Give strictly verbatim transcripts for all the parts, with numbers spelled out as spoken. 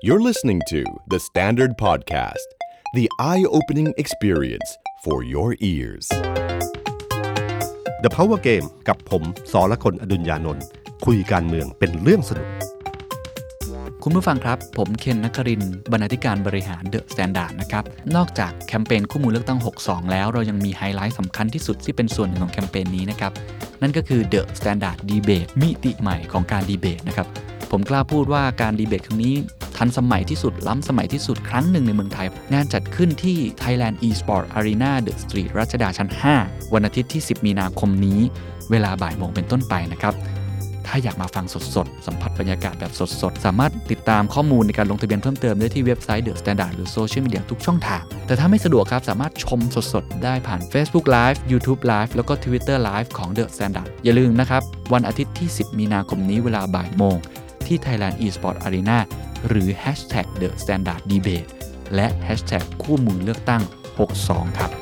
You're listening to The Standard Podcast, the eye-opening experience for your ears. The Power Game กับผมสรกล อดุลยานนท์คุยการเมืองเป็นเรื่องสนุกคุณผู้ฟังครับผมเคนนครินทร์บรรณาธิการบริหาร The Standard นะครับนอกจากแคมเปญคู่มือเลือกตั้งหกสิบสองแล้วเรายังมีไฮไลท์สำคัญที่สุดที่เป็นส่วนหนึ่งของแคมเปญนี้นะครับนั่นก็คือ The Standard Debate มิติใหม่ของการดีเบตนะครับผมกล้าพูดว่าการดีเบตครั้งนี้ทันสมัยที่สุดล้ำสมัยที่สุดครั้งหนึ่งในเมืองไทยงานจัดขึ้นที่ Thailand Esport Arena The Street รัชดาชั้นห้าวันอาทิตย์ที่สิบมีนาคมนี้เวลาบ่ายโมงเป็นต้นไปนะครับถ้าอยากมาฟังสดๆสัมผัสบรรยากาศแบบสดๆสามารถติดตามข้อมูลในการลงทะเบียนเพิ่มเติมได้ที่เว็บไซต์ The Standard หรือโซเชียลมีเดียทุกช่องทางแต่ถ้าไม่สะดวกครับสามารถชมสดๆได้ผ่าน Facebook Live YouTube Live แล้วก็ Twitter Live ของ The Standard อย่าลืมนะครับวันอาทิตย์ที่สิบมีนาคมนี้เวลาบ่ายโมงที่ Thailand Esport Arena หรือ แฮชแท็ก The Standard Debate และ แฮชแท็ก คู่มือเลือกตั้งหกสิบสองครับ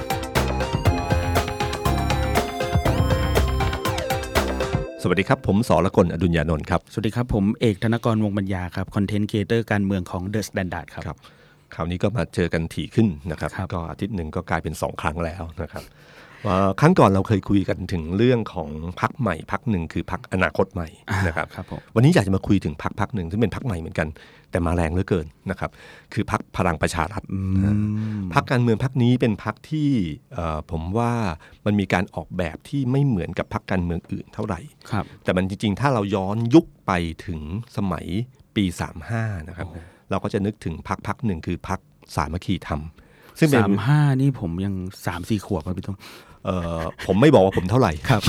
สวัสดีครับผมสรกล อดุลยานนท์ครับสวัสดีครับผมเอกธนกรวงศ์ปัญญาครับคอนเทนต์ครีเอเตอร์การเมืองของ The Standard ครับครับคราวนี้ก็มาเจอกันถี่ขึ้นนะครับก็อาทิตย์หนึ่งก็กลายเป็นสองครั้งแล้วนะครับครั้งก่อนเราเคยคุยกันถึงเรื่องของพรรคใหม่พรรคหนึ่งคือพรรคอนาคตใหม่นะครับวันนี้อยากจะมาคุยถึงพรรคพรรคหนึ่งซึ่งเป็นพรรคใหม่เหมือนกันแต่มาแรงเหลือเกินนะครับคือพรรคพลังประชารัฐพรรคการเมืองพรรคนี้เป็นพรรคที่ผมว่ามันมีการออกแบบที่ไม่เหมือนกับพรรคการเมืองอื่นเท่าไหร่แต่มันจริงๆถ้าเราย้อนยุคไปถึงสมัยปีสามสิบห้านะครับเราก็จะนึกถึงพรรคพรรคหนึ่งคือพรรคสามัคคีธรรมซึ่งเป็นสามสิบห้านี่ผมยัง สามสี่ ขวบครับพี่ตุ้มเอ่อผมไม่บอกว่าผมเท่าไหร่ครับ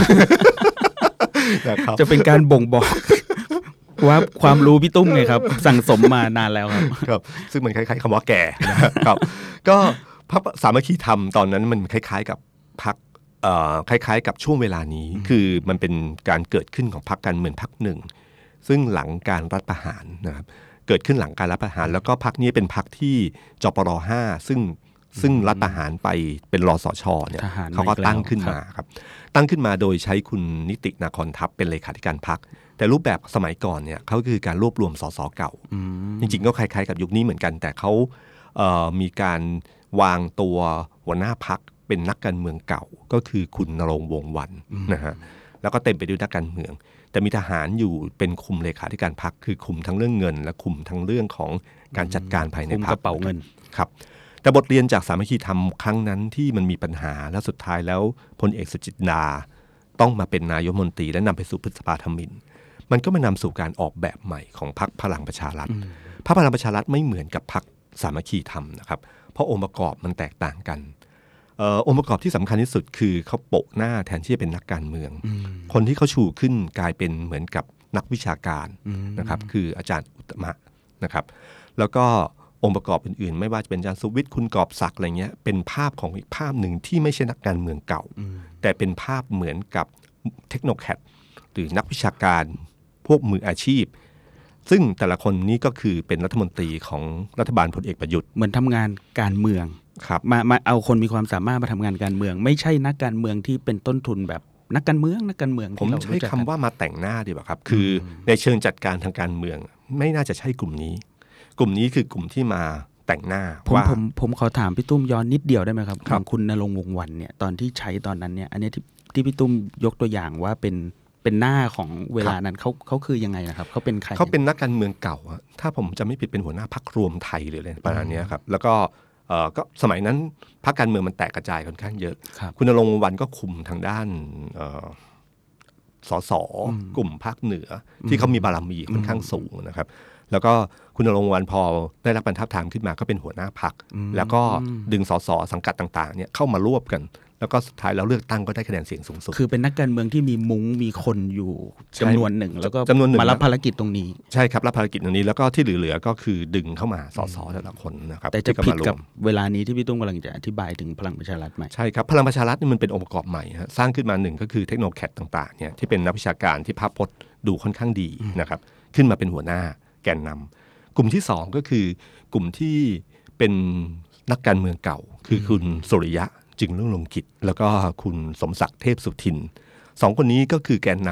จะเป็นการบ่งบอกว่าความรู้พี่ตุ้มไงครับสั่งสมมานานแล้วครับครับซึ่งมันคล้ายๆคำว่าแก่นะครับก็พรรคสามัคคีธรรมตอนนั้นมันคล้ายๆกับพรรคเอ่อคล้ายๆกับช่วงเวลานี้คือมันเป็นการเกิดขึ้นของพรรคการเมืองพรรคหนึ่งซึ่งหลังการรัฐประหารนะครับเกิดขึ้นหลังการรัฐประหารแล้วก็พรรคนี้เป็นพรรคที่จปรห้าซึ่งซึ่งรัฐประหารไปเป็นรสช.เนี่ยเขาก็ตั้งขึ้นมาครับตั้งขึ้นมาโดยใช้คุณนิตินาคอนทัพเป็นเลขาธิการพรรคแต่รูปแบบสมัยก่อนเนี่ยเขาคือการรวบรวมสสเก่าจริงๆก็คล้ายๆกับยุคนี้เหมือนกันแต่เขาเอ่อมีการวางตัวหัวหน้าพรรคเป็นนักการเมืองเก่าก็คือคุณณรงค์วงศ์วรรณนะฮะแล้วก็เต็มไปด้วยนักการเมืองแต่มีทหารอยู่เป็นคุมเลขาธิการพรรคคือคุมทั้งเรื่องเงินและคุมทั้งเรื่องของการจัดการภายในพรรคคุมกระเป๋าเงินครับแต่บทเรียนจากสามัคคีธรรมครั้งนั้นที่มันมีปัญหาและสุดท้ายแล้วพลเอกสุจินดาต้องมาเป็นนายกรัฐมนตรีและนำไปสู่พฤษภาธมิฬมันก็มานำสู่การออกแบบใหม่ของพรรคพลังประชารัฐพรรคพลังประชารัฐไม่เหมือนกับพรรคสามัคคีธรรมนะครับเพราะองค์ประกอบมันแตกต่างกันเอ่อองค์ประกอบที่สำคัญที่สุดคือเขาโปะหน้าแทนที่จะเป็นนักการเมืองคนที่เขาชูขึ้นกลายเป็นเหมือนกับนักวิชาการนะครับคืออาจารย์อุตตมะนะครับแล้วก็องค์ประกอบอื่นๆไม่ว่าจะเป็นอาจารย์สุวิทย์คุณกอบศักดิ์อะไรเงี้ยเป็นภาพของอีกภาพหนึ่งที่ไม่ใช่นักการเมืองเก่าแต่เป็นภาพเหมือนกับเทคโนแครตหรือนักวิชาการพวกมืออาชีพซึ่งแต่ละคนนี้ก็คือเป็นรัฐมนตรีของรัฐบาลพลเอกประยุทธ์เหมือนทำงานการเมืองครับมามาเอาคนมีความสามารถมาทำงานการเมืองไม่ใช่นักการเมืองที่เป็นต้นทุนแบบนักการเมืองนักการเมืองผมใช้คำว่ามาแต่งหน้าดีกว่าครับคือในเชิงจัดการทางการเมืองไม่น่าจะใช่กลุ่มนี้กลุ่มนี้คือกลุ่มที่มาแต่งหน้าผมผมผมขอถามพี่ตุ้มย้อนนิดเดียวได้ไหมครับของคุณณรงค์วงศ์วรรณเนี่ยตอนที่ใช้ตอนนั้นเนี่ยอันนี้ที่ที่พี่ตุ้มยกตัวอย่างว่าเป็นเป็นหน้าของเวลานั้นเขาเขาคือยังไงนะครับเขาเป็นใครเขาเป็นนักการเมืองเก่าถ้าผมจะไม่ผิดเป็นหัวหน้าพรรครวมไทยหรืออะไรประมาณนี้ครับแล้วก็เอ่อก็สมัยนั้นพรรคการเมืองมันแตกกระจายค่อนข้างเยอะคุณณรงค์วงศ์วรรณก็คุมทางด้านเอ่อสสกลุ่มภาคเหนือที่เขามีบารมีค่อนข้างสูงนะครับแล้วก็คุณณรงค์วรรณพอได้รับบรรทัดฐานขึ้นมาก็เป็นหัวหน้าพรรคแล้วก็ดึงสสสังกัดต่างๆเนี่ยเข้ามารวบกันแล้วก็สุดท้ายแล้วเลือกตั้งก็ได้คะแนนเสียงสูงสุดคือเป็นนักการเมืองที่มีมุ้งมีคนอยู่จำนวนหนึ่งแล้วก็มารับภารกิจตรงนี้ใช่ครับรับภารกิจตรงนี้แล้วก็ที่เหลือๆก็คือดึงเข้ามาสสแต่ละคนนะครับแต่จะผิดกับเวลานี้ที่พี่ตุ้มกำลังจะอธิบายถึงพลังประชารัฐไหมใช่ครับพลังประชารัฐนี่มันเป็นองค์ประกอบใหม่ฮะสร้างขึ้นมาหนึ่งก็คือเทคโนแครดต่างๆเนี่ยที่เป็นนักวิชาการที่ภาพพจน์ดูค่อนข้างดีนะครับขึ้นมาเป็นหัวหน้าแกนนำกลุ่มที่สองก็คือกลุ่มที่เป็นนักการเมืองเก่าคือคุณสุริยะจึงรุ่งเรืองกิจแล้วก็คุณสมศักดิ์เทพสุทินสองคนนี้ก็คือแกนน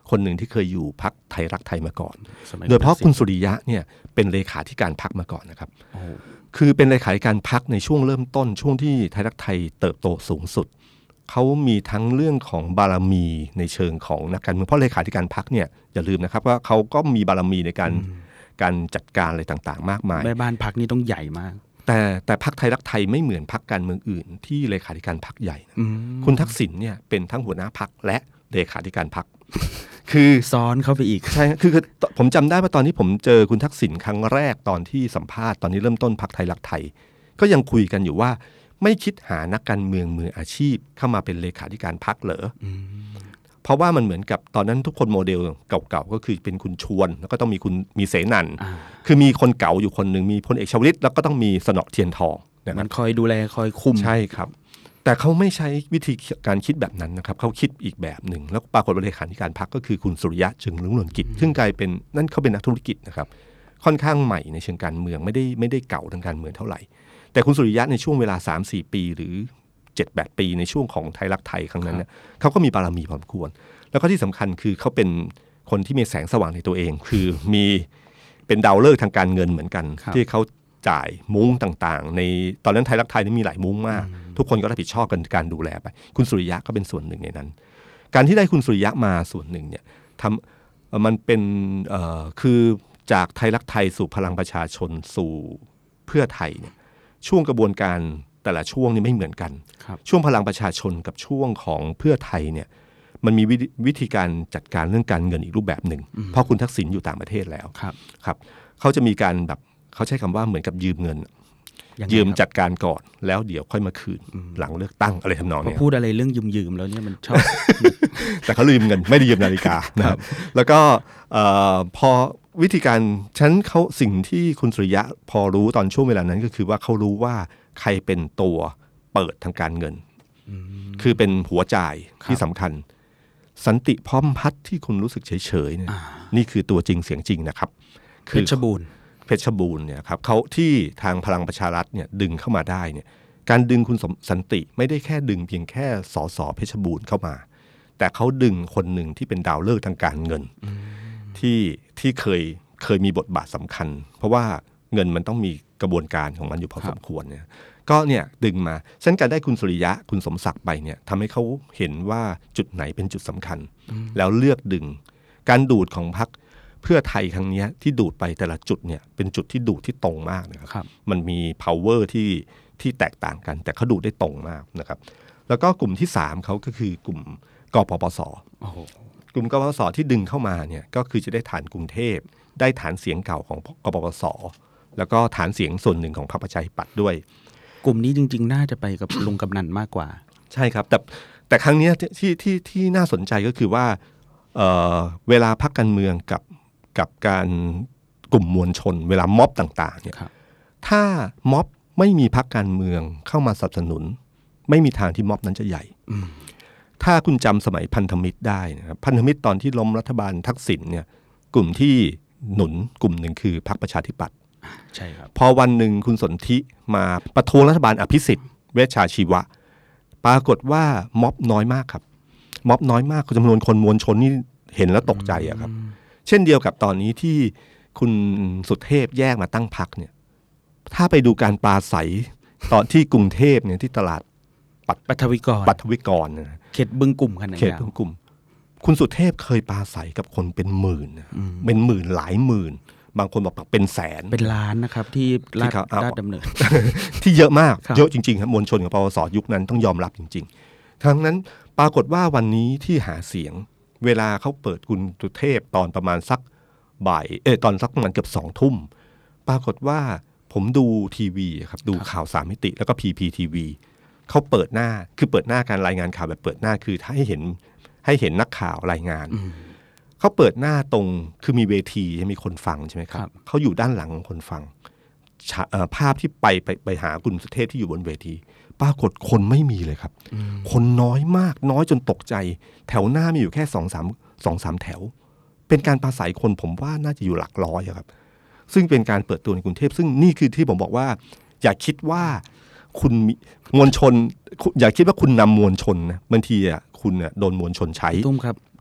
คนหนึ่งที่เคยอยู่พรรคไทยรักไทยมาก่อนโดยเฉพาะคุณสุริยะเนี่ยเป็นเลขาธิการพรรคมาก่อนนะครับคือเป็นเลขาธิการพรรคในช่วงเริ่มต้นช่วงที่ไทยรักไทยเติบโตสูงสุดเขามีทั้งเรื่องของบารมีในเชิงของนักการเมืองเพราะเลขาธิการพรรคเนี่ยอย่าลืมนะครับว่าเขาก็มีบารมีในการการจัดการอะไรต่างๆมากมายแม่บ้านพรรคนี่ต้องใหญ่มากแต่แต่พรรคไทยรักไทยไม่เหมือนพรรคการเมืองอื่นที่เลขาธิการพรรคใหญ่คุณทักษิณเนี่ยเป็นทั้งหัวหน้าพรรคและเลขาธิการพรรคคือซ้อนเข้าไปอีกใช่คือคือผมจำได้ว่าตอนที่ผมเจอคุณทักษิณครั้งแรกตอนที่สัมภาษณ์ตอนนี้เริ่มต้นพรรคไทยรักไทยก็ยังคุยกันอยู่ว่าไม่คิดหานักการเมืองมืออาชีพเข้ามาเป็นเลขาธิการพรรคเหรอเพราะว่ามันเหมือนกับตอนนั้นทุกคนโมเดลเก่าๆก็คือเป็นคุณชวนแล้วก็ต้องมีคุณมีเสนันคือมีคนเก่าอยู่คนหนึ่งมีพลเอกชวลิตแล้วก็ต้องมีสนอเทียนทองมันคอยดูแลคอยคุมใช่ครับแต่เขาไม่ใช้วิธีการคิดแบบนั้นนะครับเขาคิดอีกแบบหนึ่งแล้วปรากฏว่าเลขาธิการพรรคก็คือคุณสุริยะจึงรุ่งเรืองกิจซึ่งกลายเป็นนั่นเขาเป็นนักธุรกิจนะครับค่อนข้างใหม่ในเชิงการเมืองไม่ได้ไม่ได้เก่าทางการเมืองเท่าไหร่แต่คุณสุริยะในช่วงเวลา สามสี่ ปีหรือ เจ็ดแปด ปีในช่วงของไทยรักไทยครั้งนั้นเนี่ยเขาก็มีบารมีพอสมควรแล้วก็ที่สำคัญคือเขาเป็นคนที่มีแสงสว่างในตัวเองคือมีเป็นดาวฤกษ์ทางการเงินเหมือนกันที่เขาจ่ายมุ้งต่างๆในตอนนั้นไทยรักไทยนี่มีหลายมุ้งมากทุกคนก็รับผิดชอบกันการดูแลไปคุณสุริยะก็เป็นส่วนหนึ่งในนั้นการที่ได้คุณสุริยะมาส่วนหนึ่งเนี่ยทำมันเป็นเอ่อคือจากไทยรักไทยสู่พลังประชาชนสู่เพื่อไทยเนี่ยช่วงกระบวนการแต่ละช่วงนี่ไม่เหมือนกันช่วงพลังประชาชนกับช่วงของเพื่อไทยเนี่ยมันมีวิธีการจัดการเรื่องการเงินอีกรูปแบบหนึ่งเพราะคุณทักษิณอยู่ต่างประเทศแล้วครับครับเขาจะมีการแบบเขาใช้คำว่าเหมือนกับยืมเงินยืมจัดการก่อนแล้วเดี๋ยวค่อยมาคืนหลังเลือกตั้งอะไรทำนองนี้พูดอะไรเรื่องยืมๆแล้วเนี่ยมันชอบแต่เขาลืมเงินไม่ได้ยืมนาฬิกานะครับแล้วก็พอวิธีการฉันเขาสิ่งที่คุณสุริยะพอรู้ตอนช่วงเวลานั้นก็คือว่าเขารู้ว่าใครเป็นตัวเปิดทางการเงินคือเป็นหัวจ่ายที่สำคัญสันติพร้อมพัฒน์ที่คุณรู้สึกเฉยๆเนี่ยนี่คือตัวจริงเสียงจริงนะครับเพชรบูรณ์เพชรบูรณ์เนี่ยครับเขาที่ทางพลังประชารัฐเนี่ยดึงเข้ามาได้เนี่ยการดึงคุณสันติไม่ได้แค่ดึงเพียงแค่สสเพชรบูรณ์เข้ามาแต่เขาดึงคนหนึ่งที่เป็นดาวฤกษ์ทางการเงินที่ที่เคยเคยมีบทบาทสำคัญเพราะว่าเงินมันต้องมีกระบวนการของมันอยู่พอสมควรเนี่ยก็เนี่ยดึงมาฉะนั้นการได้คุณสุริยะคุณสมศักดิ์ไปเนี่ยทำให้เขาเห็นว่าจุดไหนเป็นจุดสำคัญแล้วเลือกดึงการดูดของพรรคเพื่อไทยครั้งนี้ที่ดูดไปแต่ละจุดเนี่ยเป็นจุดที่ดูดที่ตรงมากนะครับมันมี power ที่ที่แตกต่างกันแต่เขาดูดได้ตรงมากนะครับแล้วก็กลุ่มที่สามเขาก็คือกลุ่มกปปส.กลุ่มกปปส.ที่ดึงเข้ามาเนี่ยก็คือจะได้ฐานกรุงเทพได้ฐานเสียงเก่าของกปปส.แล้วก็ฐานเสียงส่วนหนึ่งของพรรคประชาธิปัตย์ด้วยกลุ่มนี้จริงๆน่าจะไปกับลุงกำนันมากกว่าใช่ครับแต่แต่ครั้งนี้ที่ที่ที่น่าสนใจก็คือว่า เอ่อ เวลาพรรคการเมืองกับกับการกลุ่มมวลชนเวลาม็อบต่างๆเนี่ยถ้าม็อบไม่มีพรรคการเมืองเข้ามาสนับสนุนไม่มีทางที่ม็อบนั้นจะใหญ่ถ้าคุณจำสมัยพันธมิตรได้นะครับพันธมิตรตอนที่ล้มรัฐบาลทักษิณเนี่ยกลุ่มที่หนุนกลุ่มหนึ่งคือพรรคประชาธิปัตย์ใช่ครับพอวันหนึ่งคุณสนธิมาประท้วงรัฐบาลอภิสิทธิ์เวชชาชีวะปรากฏว่าม็อบน้อยมากครับม็อบน้อยมากจำนวนคนมวลชนนี่เห็นแล้วตกใจอะครับเช่นเดียวกับตอนนี้ที่คุณสุเทพแยกมาตั้งพรรคเนี่ยถ้าไปดูการปราศัยตอนที่กรุงเทพเนี่ยที่ตลาดปัทวิกรปัทวิกรนะเขตบึงกลุ่มกันเขตบึงกลุ่มคุณสุเทพเคยปราศัยกับคนเป็นหมื่นเป็นหมื่นหลายหมื่นบางคนบอกเป็นแสนเป็นล้านนะครับที่ลาดลาดดำเนินที่เยอะมากเยอะจริงๆครับมวลชนของปปส.ยุคนั้นต้องยอมรับจริงๆทั้งนั้นปรากฏว่าวันนี้ที่หาเสียงเวลาเขาเปิดคุณสุเทพตอนประมาณสักบ่ายเออตอนสักประมาณเกือบสองทุ่มปรากฏว่าผมดูทีวีครับดูข่าวสามมิติแล้วก็ พี พี ที วี เขาเปิดหน้าคือเปิดหน้าการรายงานข่าวแบบเปิดหน้าคือให้เห็นให้เห็นนักข่าวรายงานเขาเปิดหน้าตรงคือมีเวทีมีคนฟังใช่ไหมครับเขาอยู่ด้านหลังของคนฟังภาพที่ไปไปไปหาคุณสุเทพที่อยู่บนเวทีปรากฏคนไม่มีเลยครับคนน้อยมากน้อยจนตกใจแถวหน้ามีอยู่แค่สองสามสองสามแถวเป็นการปราศัยคนผมว่าน่าจะอยู่หลักร้อยครับซึ่งเป็นการเปิดตัวในกรุงเทพซึ่งนี่คือที่ผมบอกว่าอย่าคิดว่าคุณมวลชนอย่าคิดว่าคุณนำมวลชนนะบางทีอ่ะคุณอ่ะโดนมวลชนใช้ตุ้มครับ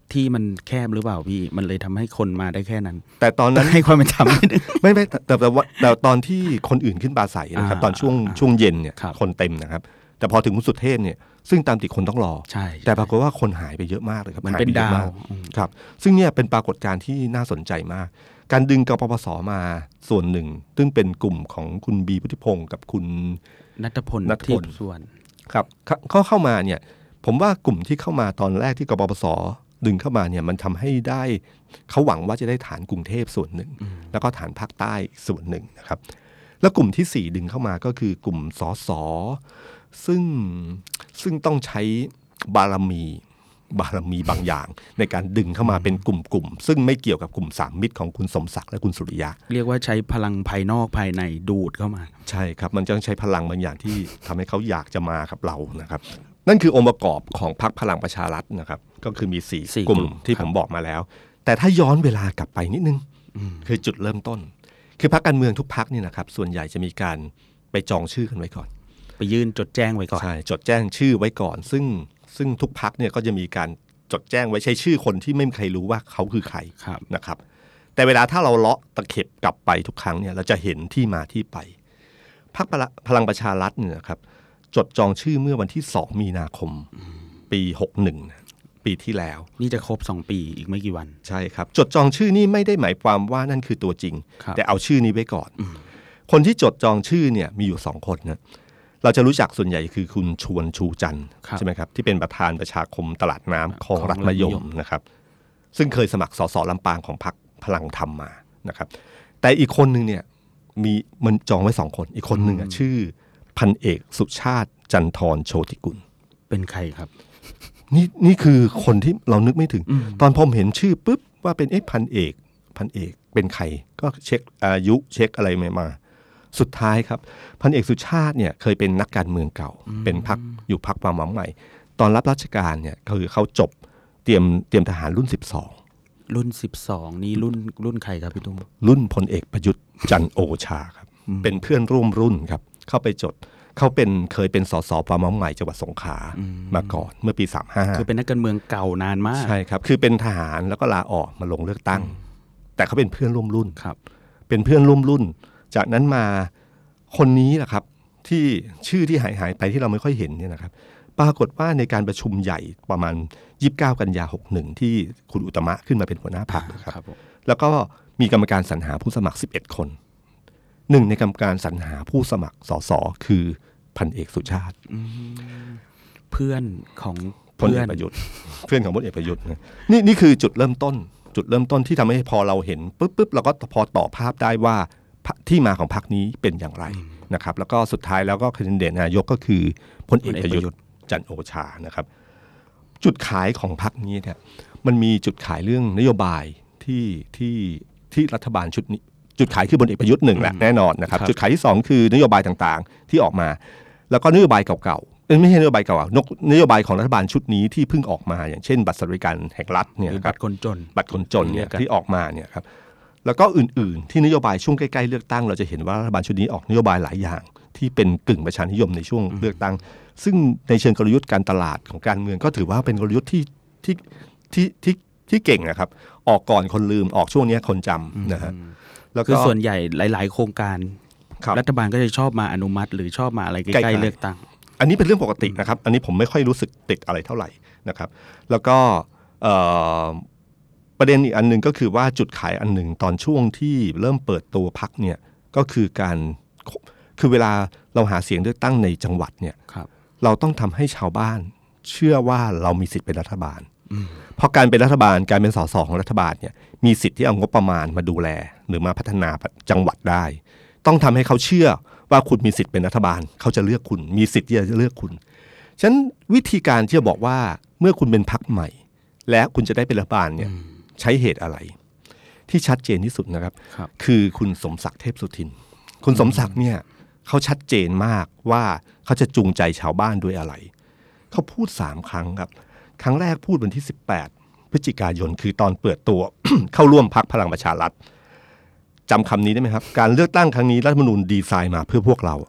ที่มันแคบหรือเปล่าพี่มันเลยทำให้คนมาได้แค่นั้นแต่ตอนนั้นให้ความเป็นธรรมนิดนึงไม่ไม่แต่แต่ว่าแต่ตอนที่คนอื่นขึ้นปราศัยนะครับอ่าตอนช่วงอ่าช่วงเย็นเนี่ยครับคนเต็มนะครับแต่พอถึงคุณสุเทพเนี่ยซึ่งตามติดคนต้องรอใช่แต่ปรากฏว่าคนหายไปเยอะมากเลยครับมันหายเป็นไยอะดาวมกครับซึ่งเนี่ยเป็นปรากฏการณ์ที่น่าสนใจมาก การดึงกปปสมาส่วนหนึ่งซึ่งเป็นกลุ่มของคุณบีพุทธิพงศ์กับคุณณัฐพลณัฐพลทิพย์ส่วนครับเขาเข้ามาเนี่ยผมว่ากลุ่มที่เข้ามาตอนแรกที่กปปสดึงเข้ามาเนี่ยมันทำให้ได้เขาหวังว่าจะได้ฐานกรุงเทพส่วนหนึ่ง แล้วก็ฐานภาคใต้ส่วนหนึ่งนะครับแล้วกลุ่มที่สี่ดึงเข้ามาก็คือกลุ่มสสซึ่งซึ่งต้องใช้บารมีบารมีบางอย่างในการดึงเข้ามาเป็นกลุ่มๆซึ่งไม่เกี่ยวกับกลุ่มสามมิตรของคุณสมศักดิ์และคุณสุริยะเรียกว่าใช้พลังภายนอกภายในดูดเข้ามาใช่ครับมันจะต้องใช้พลังบางอย่างที่ทำให้เขาอยากจะมากับเรานะครับนั่นคือองค์ประกอบของพรรคพลังประชารัฐนะครับก็คือมีสี่สี่กลุ่มกลุ่มที่ครับผมบอกมาแล้ว แต่ถ้าย้อนเวลากลับไปนิดนึงคือจุดเริ่มต้น คือพรรคการเมืองทุกพรรคนี่นะครับส่วนใหญ่จะมีการไปจองชื่อกันไว้ก่อนไปยื่นจดแจ้งไว้ก่อนใช่จดแจ้งชื่อไว้ก่อน ซึ่งซึ่งทุกพรรคเนี่ยก็จะมีการจดแจ้งไว้ใช้ชื่อคนที่ไม่มีใครรู้ว่าเขาคือใครครับนะครับแต่เวลาถ้าเราเลาะตะเข็บกลับไปทุกครั้งเนี่ยเราจะเห็นที่มาที่ไปพรรคพลังประชารัฐเนี่ยนะครับจดจองชื่อเมื่อวันที่สองมีนาคมปีหกสิบเอ็ดปีที่แล้วนี่จะครบสองปีอีกไม่กี่วันใช่ครับจดจองชื่อนี่ไม่ได้หมายความว่านั่นคือตัวจริงครับแต่เอาชื่อนี้ไว้ก่อน คนที่จดจองชื่อเนี่ยมีอยู่สองคนนะเราจะรู้จักส่วนใหญ่คือคุณชวนชูจันทร์ครับใช่ไหมครับที่เป็นประธานประชาคมตลาดน้ำคลองคลองรัฐมะยรัฐมะยมมนะครับซึ่งเคยสมัครสสลำปางของพรรคพลังธรรมมานะครับแต่อีกคนหนึ่งเนี่ยมีมันจองไว้สองคนอีกคนหนึ่งอะชื่อพันเอกสุชาติจันทรโชติกุลเป็นใครครับนี่นี่คือคนที่เรานึกไม่ถึง ตอนผมเห็นชื่อปุ๊บว่าเป็นเอ๊ะพันเอกพันเอกเป็นใครก็เช็คอายุเช็คอะไรมามาสุดท้ายครับพันเอกสุชาติเนี่ยเคยเป็นนักการเมืองเก่า เป็นพรรคอยู่พรรคความหวังใหม่ ตอนรับราชการเนี่ยคือเขาจบเตรียมเตรียมทหารรุ่นสิบสองรุ่นสิบสองนี่รุ่นรุ่นใครครับพี่ตุ้มรุ่นพลเอกประยุทธ์จันทร์โอชาครับเป็นเพื่อนร่วมรุ่นครับเข้าไปจดเขาเป็นเคยเป็นสสความหวังใหม่จังหวัดสงขลามาก่อนเมื่อปีสามห้าคือเป็นนักการเมืองเก่านานมากใช่ครับคือเป็นทหารแล้วก็ลาออกมาลงเลือกตั้ง แต่เขาเป็นเพื่อนร่วมรุ่นครับเป็นเพื่อนร่วมรุ่น จากนั้นมาคนนี้แหละครับที่ชื่อที่หายหายไปที่เราไม่ค่อยเห็นเนี่ยนะครับปรากฏว่าในการประชุมใหญ่ประมาณยี่สิบเก้ากันยาหกสิบเอ็ดที่คุณอุตตมะขึ้นมาเป็นหัวหน้าพรรคนะครับครับผมแล้วก็มีกรรมการสรรหาผู้สมัครสิบเอ็ดคนหนึ่งในกรรมการสรรหาผู้สมัครสสคือพันเอกสุชาติเพื่อนของพลเอกประยุทธ์ เพื่อนของพลเอกประยุทธ์นะนี่นี่คือจุดเริ่มต้น จุดเริ่มต้นที่ทำให้พอเราเห็นปุ๊บปุ๊บเราก็พอต่อภาพได้ว่าที่มาของพรรคนี้เป็นอย่างไรนะครับแล้วก็สุดท้ายแล้วก็แคนดิเดตนายกก็คือพลเอกประยุทธ์จันทร์โอชานะครับจุดขายของพรรคนี้เนี่ยมันมีจุดขายเรื่องนโยบายที่ที่ที่รัฐบาลชุดนี้จุดขายคือพลเอกประยุทธ์หนึ่งแหละแน่นอนนะครับจุดขายที่สองคือนโยบายต่างๆที่ออกมาแล้วก็นโยบายเก่าๆไม่ใช่นโยบายเก่านโยบายของรัฐบาลชุดนี้ที่เพิ่งออกมาอย่างเช่นบัตรสวัสดิการแห่งรัฐเนี่ยหรือคบัรับตรคนจนบัตรคนจนเนี่ยที่ออกมาเนี่ยครับแล้วก็อื่นๆที่นโยบายช่วงใกล้ๆเลือกตั้งเราจะเห็นว่ารัฐบาลชุดนี้ออกนโยบายหลายอย่างที่เป็นกึ่งประชานิยมในช่วงเลือกตั้งซึ่งในเชิงกลยุทธ์การตลาดของการเมืองก็ถือว่าเป็นกลยุทธ์ที่ที่ที่ที่ที่เก่งนะครับออกก่อนคนลืมออกช่วงนี้คนจำนะฮะแล้วคืก็อส่วนใหญ่หลาย ๆ โครงการครับรัฐบาลก็จะชอบมาอนุมัติ หรือชอบมาอะไรใกใกล้ล้ๆๆเลือกตั้งอันนี้เป็นเรื่องปกตินะครับอันนี้ผมไม่ค่อยรู้สึกติดอะไรเท่าไหร่นะครับแล้วก็เอ่อประเด็นอีกอันหนึ่งก็คือว่าจุดขายอันหนึ่งตอนช่วงที่เริ่มเปิดตัวพรรคเนี่ยก็คือการคือเวลาเราหาเสียงเลือกตั้งในจังหวัดเนี่ยครับเราต้องทำให้ชาวบ้านเชื่อว่าเรามีสิทธิ์เป็นรัฐบาลเพราะการเป็นรัฐบาลการเป็นสสของรัฐบาลเนี่ยมีสิทธิ์ที่เอางบประมาณมาดูแลหรือมาพัฒนาจังหวัดได้ต้องทำให้เขาเชื่อว่าคุณมีสิทธิ์เป็นรัฐบาลเขาจะเลือกคุณมีสิทธิ์ที่จะเลือกคุณฉะนั้นวิธีการที่จะบอกว่าเมื่อคุณเป็นพรรคใหม่และคุณจะได้เป็นรัฐบาลเนี่ยใช้เหตุอะไรที่ชัดเจนที่สุดนะครับครับคือคุณสมศักดิ์เทพสุทินคุณสมศักดิ์เนี่ยเขาชัดเจนมากว่าเขาจะจูงใจชาวบ้านด้วยอะไรเขาพูดสามครั้งครับครั้งแรกพูดวันที่สิบแปดพฤศจิกายนคือตอนเปิดตัว เข้าร่วมพรรคพลังประชารัฐจำคำนี้ได้ไหมครับการเลือกตั้งครั้งนี้รัฐธรรมนูญดีไซน์มาเพื่อพวกเรา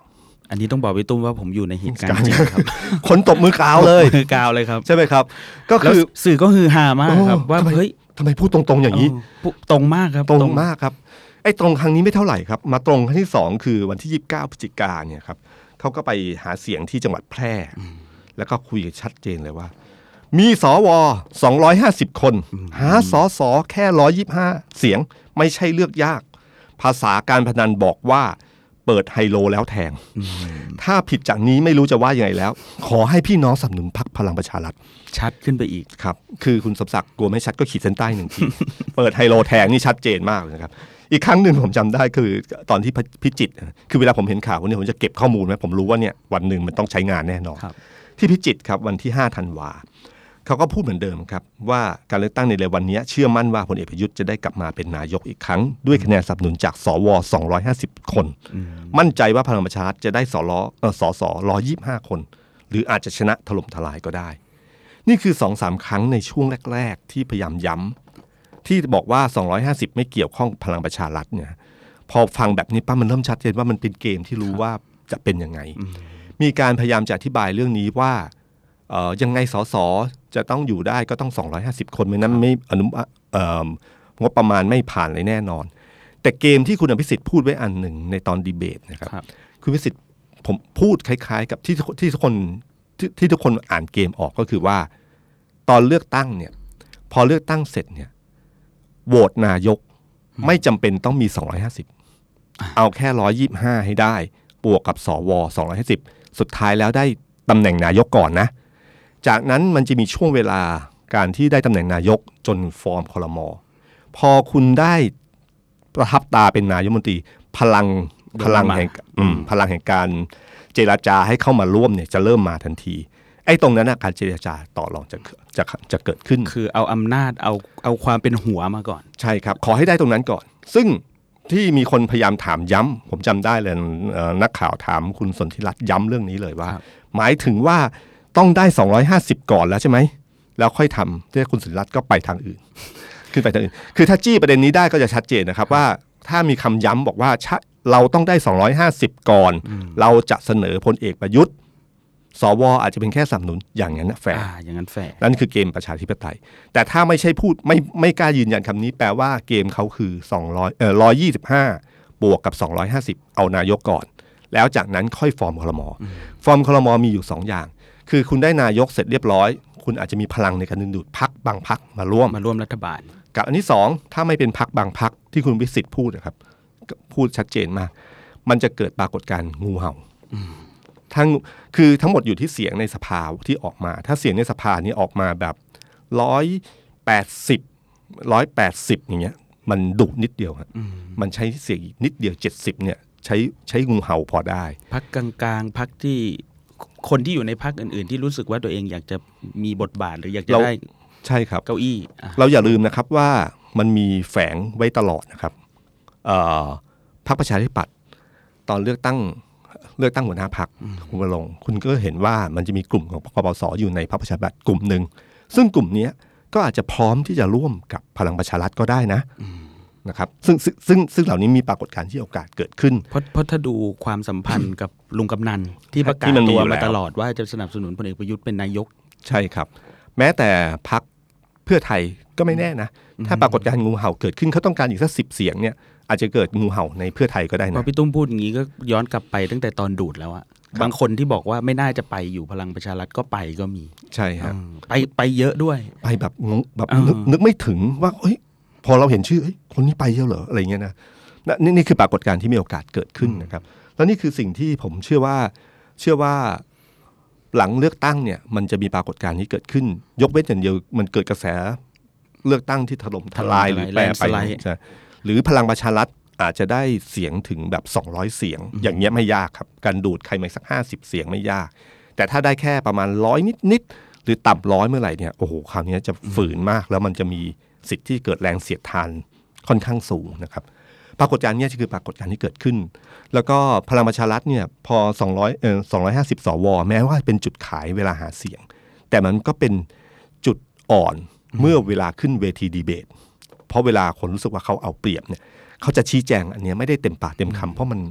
อันนี้ต้องบอกพี่ตุ้มว่าผมอยู่ในเหตุการณ์จริงครับคนตบมือกาวเลยมือกาวเลยครับใช่ไหมครับก็คือสื่อก็ฮือฮามากครับว่าเฮ้ยทำไมพูดตรงๆอย่างนี้ตรงมากครับตรงมากครับไอ้ตรงครั้งนี้ไม่เท่าไหร่ครับมาตรงครั้งที่สองคือวันที่ยี่สิบเก้าพฤศจิกายนเนี่ยครับเขาก็ไปหาเสียงที่จังหวัดแพร่แล้วก็คุยกันชัดเจนเลยว่ามีสวสองร้อยห้าสิบคนหาสสแค่หนึ่งร้อยยี่สิบห้าเสียงไม่ใช่เลือกยากภาษาการพนันบอกว่าเปิดไฮโลแล้วแทงถ้าผิดจากนี้ไม่รู้จะว่ายังไงแล้วขอให้พี่น้องสนับสนุนพรรคพลังประชารัฐชัดขึ้นไปอีกครับคือคุณสมศักดิ์กลัวไม่ชัดก็ขีดเส้นใต้หนึ่งที เปิดไฮโลแทงนี่ชัดเจนมากเลยนะครับอีกครั้งหนึ่งผมจำได้คือตอนที่พิจิตรคือเวลาผมเห็นข่าววันนี้ผมจะเก็บข้อมูลไว้ผมรู้ว่าเนี่ยวันหนึ่งมันต้องใช้งานแน่นอนที่พิจิตรครับวันที่ห้าธันวาเขาก็พูดเหมือนเดิมครับว่าการเลือกตั้งในเร็ววันนี้เชื่อมั่นว่าพลเอกประยุทธ์จะได้กลับมาเป็นนายกอีกครั้งด้วยคะแนนสนับสนุนจากสวสองร้อยห้าสิบคนมั่นใจว่าพลังประชารัฐจะได้สลเอ่อสสหนึ่งร้อยยี่สิบห้าคนหรืออาจจะชนะถล่มทลายก็ได้นี่คือ สองถึงสาม ครั้งในช่วงแรกๆที่พยายามย้ำที่บอกว่าสองร้อยห้าสิบไม่เกี่ยวข้องพลังประชารัฐเนี่ยพอฟังแบบนี้ปั๊บมันเริ่มชัดเจนว่ามันเป็นเกมที่รู้ว่าจะเป็นยังไงมีการพยายามจะอธิบายเรื่องนี้ว่าเอ่อยังไงสสจะต้องอยู่ได้ก็ต้องสองร้อยห้าสิบคนไม่นั้นไม่อนุเอ่องบประมาณไม่ผ่านเลยแน่นอนแต่เกมที่คุณอภิสิทธิ์พูดไว้อันหนึ่งในตอนดีเบตนะครับคุณอภิสิทธิ์ผมพูดคล้ายๆกับที่ที่ทุกคนที่ที่ทุกคนอ่านเกมออกก็คือว่าตอนเลือกตั้งเนี่ยพอเลือกตั้งเสร็จเนี่ยโหวตนายกไม่จำเป็นต้องมีสองร้อยห้าสิบเอาแค่หนึ่งร้อยยี่สิบห้าให้ได้บวกกับสวสองร้อยห้าสิบสุดท้ายแล้วได้ตำแหน่งนายกก่อนนะจากนั้นมันจะมีช่วงเวลาการที่ได้ตำแหน่งนายกจนฟอร์มครม.พอคุณได้ประทับตาเป็นนายกรัฐมนตรีพลังพลังแห่งพลังแห่งการเจรจาให้เข้ามาร่วมเนี่ยจะเริ่มมาทันทีไอ้ตรงนั้นนะการเจรจาต่อรองจะจะจะเกิดขึ้นคือเอาอำนาจเอาเอาความเป็นหัวมาก่อนใช่ครับขอให้ได้ตรงนั้นก่อนซึ่งที่มีคนพยายามถามย้ำผมจำได้เลยนักข่าวถามคุณสนธิรัตน์ย้ำเรื่องนี้เลยว่าหมายถึงว่าต้องได้สองร้อยห้าสิบก่อนแล้วใช่ไหมแล้วค่อยทำที่คุณสนธิรัตน์ก็ไปทางอื่นขึ้นไปทางอื่นคือถ้าจี้ประเด็นนี้ได้ก็จะชัดเจนนะครับว่าถ้ามีคำย้ำบอกว่าเราต้องได้สองร้อยห้าสิบก่อนเราจะเสนอพลเอกประยุทธ์สวอาจจะเป็นแค่สนับสนุนอย่างนั้นแฝงอย่างนั้นแฝงนั่นคือเกมประชาธิปไตยแต่ถ้าไม่ใช่พูดไม่ไม่กล้ายืนยันคำนี้แปลว่าเกมเขาคือสองร้อยเอ่อหนึ่งร้อยยี่สิบห้าบวกกับสองร้อยห้าสิบเอานายกก่อนแล้วจากนั้นค่อยฟอร์มครม.ฟอร์มครม.มีอยู่สองอย่างคือคุณได้นายกเสร็จเรียบร้อยคุณอาจจะมีพลังในการดึงดูดพรรคบางพรรคมาร่วมมาร่วมรัฐบาลกับอันที่สองถ้าไม่เป็นพรรคบางพรรคที่คุณวิสิทธิ์พูดนะครับพูดชัดเจนมากมันจะเกิดปรากฏการณ์งูเห่าทั้งคือทั้งหมดอยู่ที่เสียงในสภาที่ออกมาถ้าเสียงในสภานี้ออกมาแบบร้อยแปดสิบร้อยแปดสิบอย่างเงี้ยมันดุนิดเดียวครับมันใช้เสียงนิดเดียวเจ็ดสิบเนี่ยใช้ใช้งูเห่าพอได้พรรคกลางๆพรรคที่คนที่อยู่ในพรรคอื่นๆที่รู้สึกว่าตัวเองอยากจะมีบทบาทหรืออยากจะได้ใช่ครับเก้าอี้เราอย่าลืมนะครับว่ามันมีแฝงไว้ตลอดนะครับพรรคประชาธิปัตย์ตอนเลือกตั้งเลือกตั้งหัวหน้าพรรคคุณวรงค์คุณก็เห็นว่ามันจะมีกลุ่มของกปปสอยู่ในพรรคประชาธิปัตย์กลุ่มหนึ่งซึ่งกลุ่มนี้ก็อาจจะพร้อมที่จะร่วมกับพลังประชารัฐก็ได้นะนะครับซึ่งซึ่งซึ่งเหล่านี้มีปรากฏการณ์ที่โอกาสเกิดขึ้นเพราะเพราะถ้าดูความสัมพันธ์กับลุงกำนันที่ประกาศตัวมาตลอดว่าจะสนับสนุนพลเอกประยุทธ์เป็นนายกใช่ครับแม้แต่พรรคเพื่อไทยก็ไม่แน่นะถ้าปรากฏการณ์งูเห่าเกิดขึ้นเขาต้องการอีกสักสิบเสียงเนี่ยอาจจะเกิดงูเห่าในเพื่อไทยก็ได้นะพอพี่ตุ้มพูดอย่างนี้ก็ย้อนกลับไปตั้งแต่ตอนดูดแล้วอะบางคนที่บอกว่าไม่น่าจะไปอยู่พลังประชารัฐก็ไปก็มีใช่ครับไปไปเยอะด้วยไปแบบแบบนึกนึกไม่ถึงว่าเฮ้ยพอเราเห็นชื่อเฮ้ยคนนี้ไปเยอะเหรออะไรเงี้ยนะนี่นี่คือปรากฏการณ์ที่มีโอกาสเกิดขึ้นนะครับแล้วนี่คือสิ่งที่ผมเชื่อว่าเชื่อว่าหลังเลือกตั้งเนี่ยมันจะมีปรากฏการณ์นี้เกิดขึ้นยกเว้นอย่างเดียวมันเกิดกระแสเลือกตั้งที่ถล่มทลายหรือแปรไปหรือพลังประชารัฐอาจจะได้เสียงถึงแบบสองร้อยเสียงอย่างเงี้ยไม่ยากครับการดูดใครมาสักห้าสิบเสียงไม่ยากแต่ถ้าได้แค่ประมาณร้อยนิดๆหรือต่ำร้อยเมื่อไหร่เนี่ยโอ้โหคราวนี้จะฝืนมากแล้วมันจะมีสิทธิ์ที่เกิดแรงเสียดทานค่อนข้างสูงนะครับปรากฏการณ์นี้คือปรากฏการณ์ที่เกิดขึ้นแล้วก็พลังประชารัฐเนี่ยพอสองร้อยเอ่อสองร้อยห้าสิบสวแม้ว่าเป็นจุดขายเวลาหาเสียงแต่มันก็เป็นจุดอ่อนเมื่อเวลาขึ้นเวทีดีเบตเพราะเวลาคนรู้สึกว่าเขาเอาเปรียบเนี่ยเขาจะชี้แจงอันนี้ไม่ได้เต็มปากเต็มคำเพราะมัน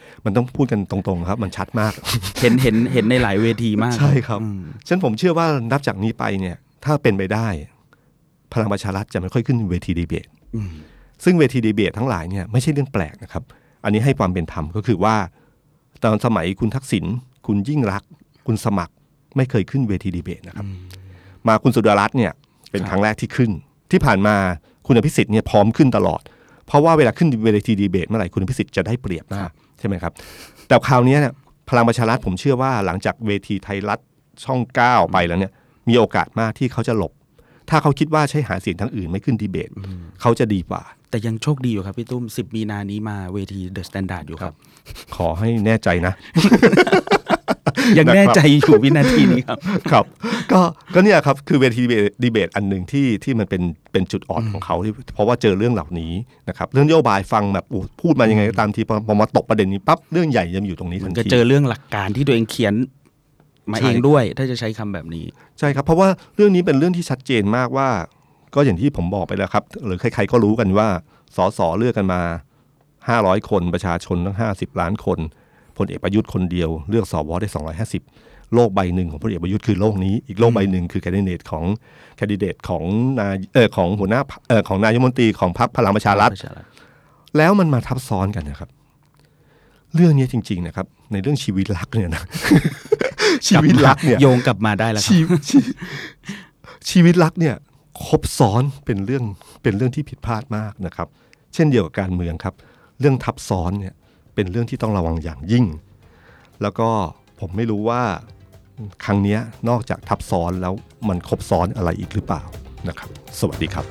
มันต้องพูดกันตรงๆครับมันชัดมากเห็นเห็นเห็นในหลายเวทีมากใช่ครับฉะนั้นผมเชื่อว่านับจากนี้ไปเนี่ยถ้าเป็นไปได้พลังประชารัฐจะไม่ค่อยขึ้นเวทีดีเบตซึ่งเวทีดีเบตทั้งหลายเนี่ยไม่ใช่เรื่องแปลกนะครับอันนี้ให้ความเป็นธรรมก็คือว่าตอนสมัยคุณทักษิณคุณยิ่งรักษณ์คุณสมัครไม่เคยขึ้นเวทีดีเบตนะครับมาคุณสุดารัตน์เนี่ยเป็นครั้งแรกที่ขึ้นที่ผ่านมาคุณอภิสิทธิ์เนี่ยพร้อมขึ้นตลอดเพราะว่าเวลาขึ้นเวทีดีเบตเมื่อไหร่คุณอภิสิทธิ์จะได้เปรียบมากใช่ไหมครับแต่คราวนี้เนี่ยพลังประชารัฐผมเชื่อว่าหลังจากเวทีไทยรัฐช่องเก้าไปแล้วเนี่ยมีโอกาสมากที่เขาจะหลบถ้าเขาคิดว่าใช้หาเสียงทั้งอื่นไม่ขึ้นดีเบตเขาจะดีกว่าแต่ยังโชคดีอยู่ครับพี่ตุ้มสิบมีนานี้มาเวทีเดอะสแตนดาร์ดอยู่ครับขอให้แน่ใจนะยังแน่ใจอยู่วินาทีนี้ครับครับก็ก็เนี่ยครับคือเวทีดีเบตอันหนึ่งที่ที่มันเป็นเป็นจุดอ่อนของเขาที่เพราะว่าเจอเรื่องเหล่านี้นะครับเรื่องนโยบายฟังแบบพูดมายังไงก็ตามทีพอมาตกประเด็นนี้ปั๊บเรื่องใหญ่จะอยู่ตรงนี้ทันทีก็เจอเรื่องหลักการที่ตัวเองเขียนมาเองด้วยถ้าจะใช้คำแบบนี้ใช่ครับเพราะว่าเรื่องนี้เป็นเรื่องที่ชัดเจนมากว่าก็อย่างที่ผมบอกไปแล้วครับหรือใครๆก็รู้กันว่าสสเลือกกันมาห้าร้อยคนประชาชนทั้งห้าสิบล้านคนพลเอกประยุทธ์คนเดียวเลือกสวได้สองร้อยห้าสิบโลกใบหนึ่งของพลเอกประยุทธ์คือโลกนี้อีกโลกใบหนึ่งคือแคนดิเดตของแคนดิเดตของนายเออของหัวหน้าเออของนายกรัฐมนตรีของพรรคพลังประชารัฐแล้วมันมาทับซ้อนกันนะครับเรื่องนี้จริงๆนะครับในเรื่องชีวิตรักเนี่ยนะชีวิตรักเนี่ยโยงกลับมาได้แล้วครับชีวิตรักเนี่ยครบซ้อนเป็นเรื่องเป็นเรื่องที่ผิดพลาดมากนะครับเช่นเดียวกับการเมืองครับเรื่องทับซ้อนเนี่ยเป็นเรื่องที่ต้องระวังอย่างยิ่งแล้วก็ผมไม่รู้ว่าครั้งนี้นอกจากทับซ้อนแล้วมันครบซ้อนอะไรอีกหรือเปล่านะครับสวัสดีครับ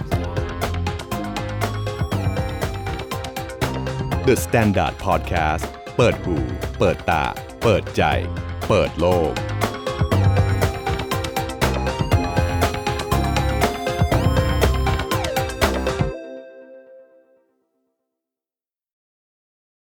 The Standard Podcast เปิดหูเปิดตาเปิดใจเปิดโลก